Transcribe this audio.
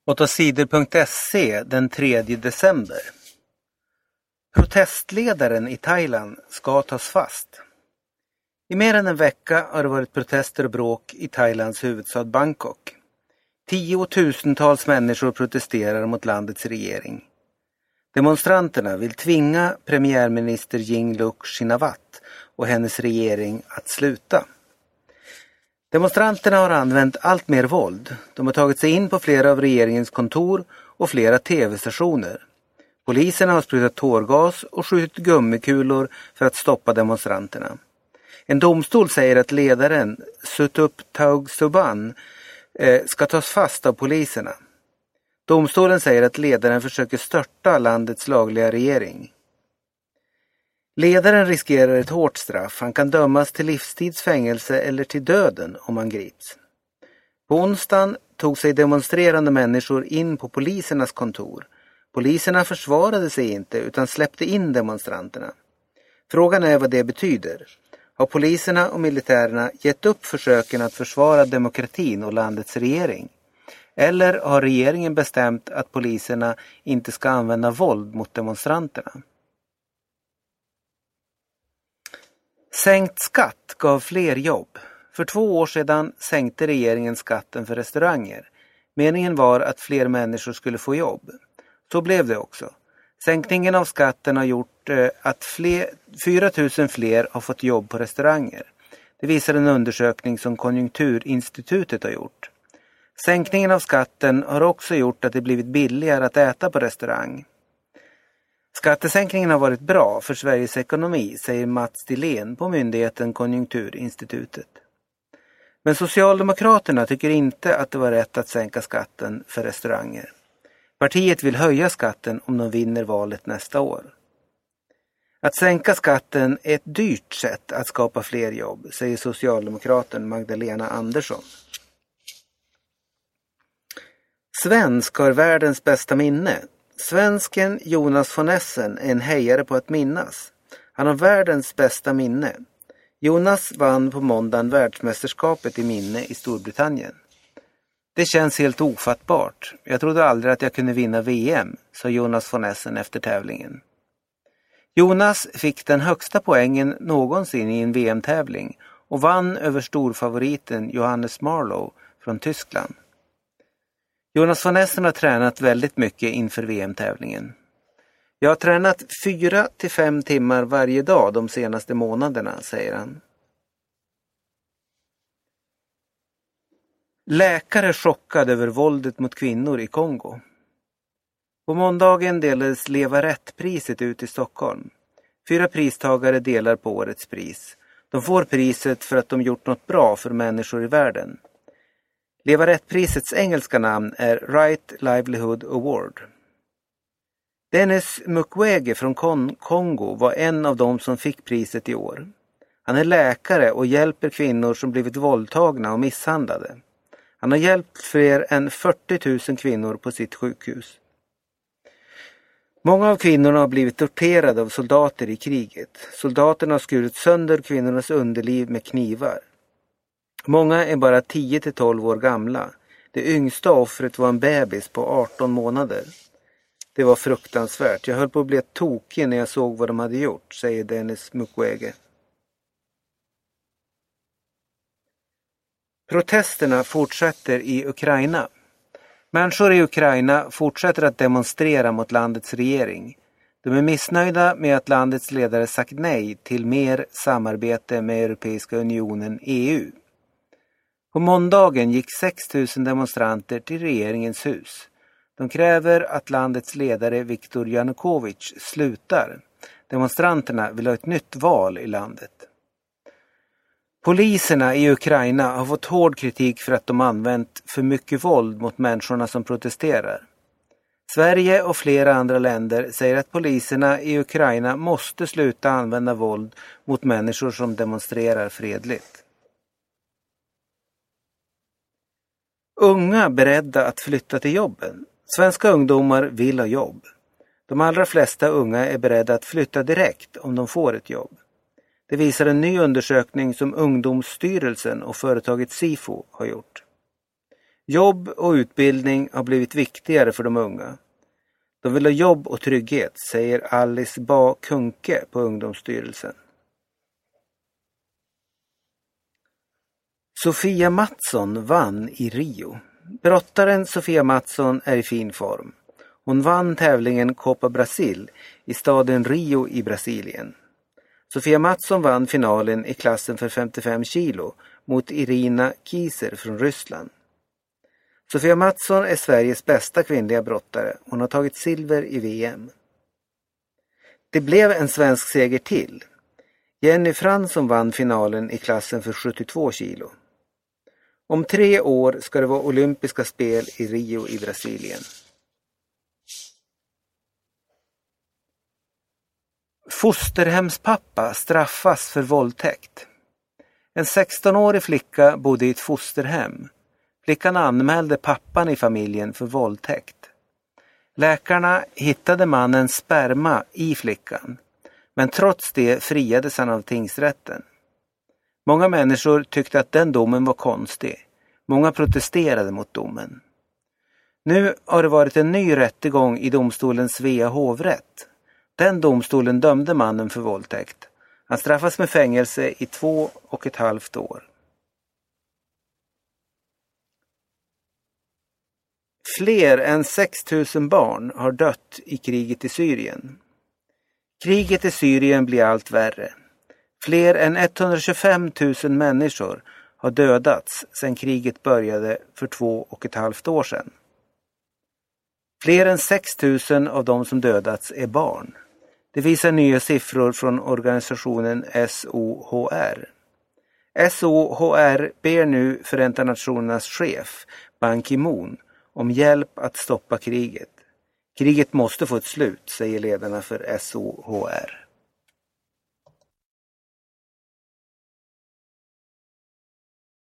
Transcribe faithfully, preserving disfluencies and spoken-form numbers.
Motorsidor punkt se den tredje december. Protestledaren i Thailand ska tas fast. I mer än en vecka har det varit protester och bråk i Thailands huvudstad Bangkok. Tiotusentals människor protesterar mot landets regering. Demonstranterna vill tvinga premiärminister Yingluck Shinawatra och hennes regering att sluta. Demonstranterna har använt allt mer våld. De har tagit sig in på flera av regeringens kontor och flera tv-stationer. Poliserna har sprutat tårgas och skjutit gummikulor för att stoppa demonstranterna. En domstol säger att ledaren Sutup Thaugsuban eh, ska tas fast av poliserna. Domstolen säger att ledaren försöker störta landets lagliga regering. Ledaren riskerar ett hårt straff. Han kan dömas till livstidsfängelse eller till döden om han grips. På onsdagen tog sig demonstrerande människor in på polisernas kontor. Poliserna försvarade sig inte utan släppte in demonstranterna. Frågan är vad det betyder. Har poliserna och militärerna gett upp försöken att försvara demokratin och landets regering? Eller har regeringen bestämt att poliserna inte ska använda våld mot demonstranterna? Sänkt skatt gav fler jobb. För två år sedan sänkte regeringen skatten för restauranger. Meningen var att fler människor skulle få jobb. Så blev det också. Sänkningen av skatten har gjort att fler, fyra tusen fler har fått jobb på restauranger. Det visar en undersökning som Konjunkturinstitutet har gjort. Sänkningen av skatten har också gjort att det blivit billigare att äta på restaurang. Skattesänkningen har varit bra för Sveriges ekonomi, säger Mats Dillén på myndigheten Konjunkturinstitutet. Men Socialdemokraterna tycker inte att det var rätt att sänka skatten för restauranger. Partiet vill höja skatten om de vinner valet nästa år. Att sänka skatten är ett dyrt sätt att skapa fler jobb, säger socialdemokraten Magdalena Andersson. Svensk har världens bästa minne. Svensken Jonas von Essen är en hejare på att minnas. Han har världens bästa minne. Jonas vann på måndagen världsmästerskapet i minne i Storbritannien. Det känns helt ofattbart. Jag trodde aldrig att jag kunde vinna V M, sa Jonas von Essen efter tävlingen. Jonas fick den högsta poängen någonsin i en V M-tävling och vann över storfavoriten Johannes Marlow från Tyskland. Jonas von Essen har tränat väldigt mycket inför V M-tävlingen. Jag har tränat fyra till fem timmar varje dag de senaste månaderna, säger han. Läkare chockad över våldet mot kvinnor i Kongo. På måndagen delades Leva rätt-priset ut i Stockholm. Fyra pristagare delar på årets pris. De får priset för att de gjort något bra för människor i världen. Leva rätt-prisets engelska namn är Right Livelihood Award. Denis Mukwege från Kongo var en av dem som fick priset i år. Han är läkare och hjälper kvinnor som blivit våldtagna och misshandlade. Han har hjälpt fler än fyrtio tusen kvinnor på sitt sjukhus. Många av kvinnorna har blivit torterade av soldater i kriget. Soldaterna har skurit sönder kvinnornas underliv med knivar. Många är bara tio till tolv år gamla. Det yngsta offret var en bebis på arton månader. Det var fruktansvärt. Jag höll på att bli tokig när jag såg vad de hade gjort, säger Denis Mukwege. Protesterna fortsätter i Ukraina. Människor i Ukraina fortsätter att demonstrera mot landets regering. De är missnöjda med att landets ledare sagt nej till mer samarbete med Europeiska unionen E U. På måndagen gick sex tusen demonstranter till regeringens hus. De kräver att landets ledare Viktor Yanukovych slutar. Demonstranterna vill ha ett nytt val i landet. Poliserna i Ukraina har fått hård kritik för att de använt för mycket våld mot människorna som protesterar. Sverige och flera andra länder säger att poliserna i Ukraina måste sluta använda våld mot människor som demonstrerar fredligt. Unga beredda att flytta till jobben. Svenska ungdomar vill ha jobb. De allra flesta unga är beredda att flytta direkt om de får ett jobb. Det visar en ny undersökning som Ungdomsstyrelsen och företaget Sifo har gjort. Jobb och utbildning har blivit viktigare för de unga. De vill ha jobb och trygghet, säger Alice Ba Kunke på Ungdomsstyrelsen. Sofia Mattsson vann i Rio. Brottaren Sofia Mattsson är i fin form. Hon vann tävlingen Copa Brasil i staden Rio i Brasilien. Sofia Mattsson vann finalen i klassen för femtiofem kilo mot Irina Kieser från Ryssland. Sofia Mattsson är Sveriges bästa kvinnliga brottare. Hon har tagit silver i V M. Det blev en svensk seger till. Jenny Fransson vann finalen i klassen för sjuttiotvå kilo. Om tre år ska det vara olympiska spel i Rio i Brasilien. Fosterhemspappa straffas för våldtäkt. En sextonårig flicka bodde i ett fosterhem. Flickan anmälde pappan i familjen för våldtäkt. Läkarna hittade mannens sperma i flickan, men trots det friades han av tingsrätten. Många människor tyckte att den domen var konstig. Många protesterade mot domen. Nu har det varit en ny rättegång i domstolen Svea hovrätt. Den domstolen dömde mannen för våldtäkt. Han straffas med fängelse i två och ett halvt år. Fler än sex tusen barn har dött i kriget i Syrien. Kriget i Syrien blir allt värre. Fler än etthundratjugofem tusen människor har dödats sedan kriget började för två och ett halvt år sedan. Fler än sex tusen av de som dödats är barn. Det visar nya siffror från organisationen S O H R. S O H R ber nu Förenta Nationernas chef Ban Ki-moon om hjälp att stoppa kriget. Kriget måste få ett slut, säger ledarna för S O H R.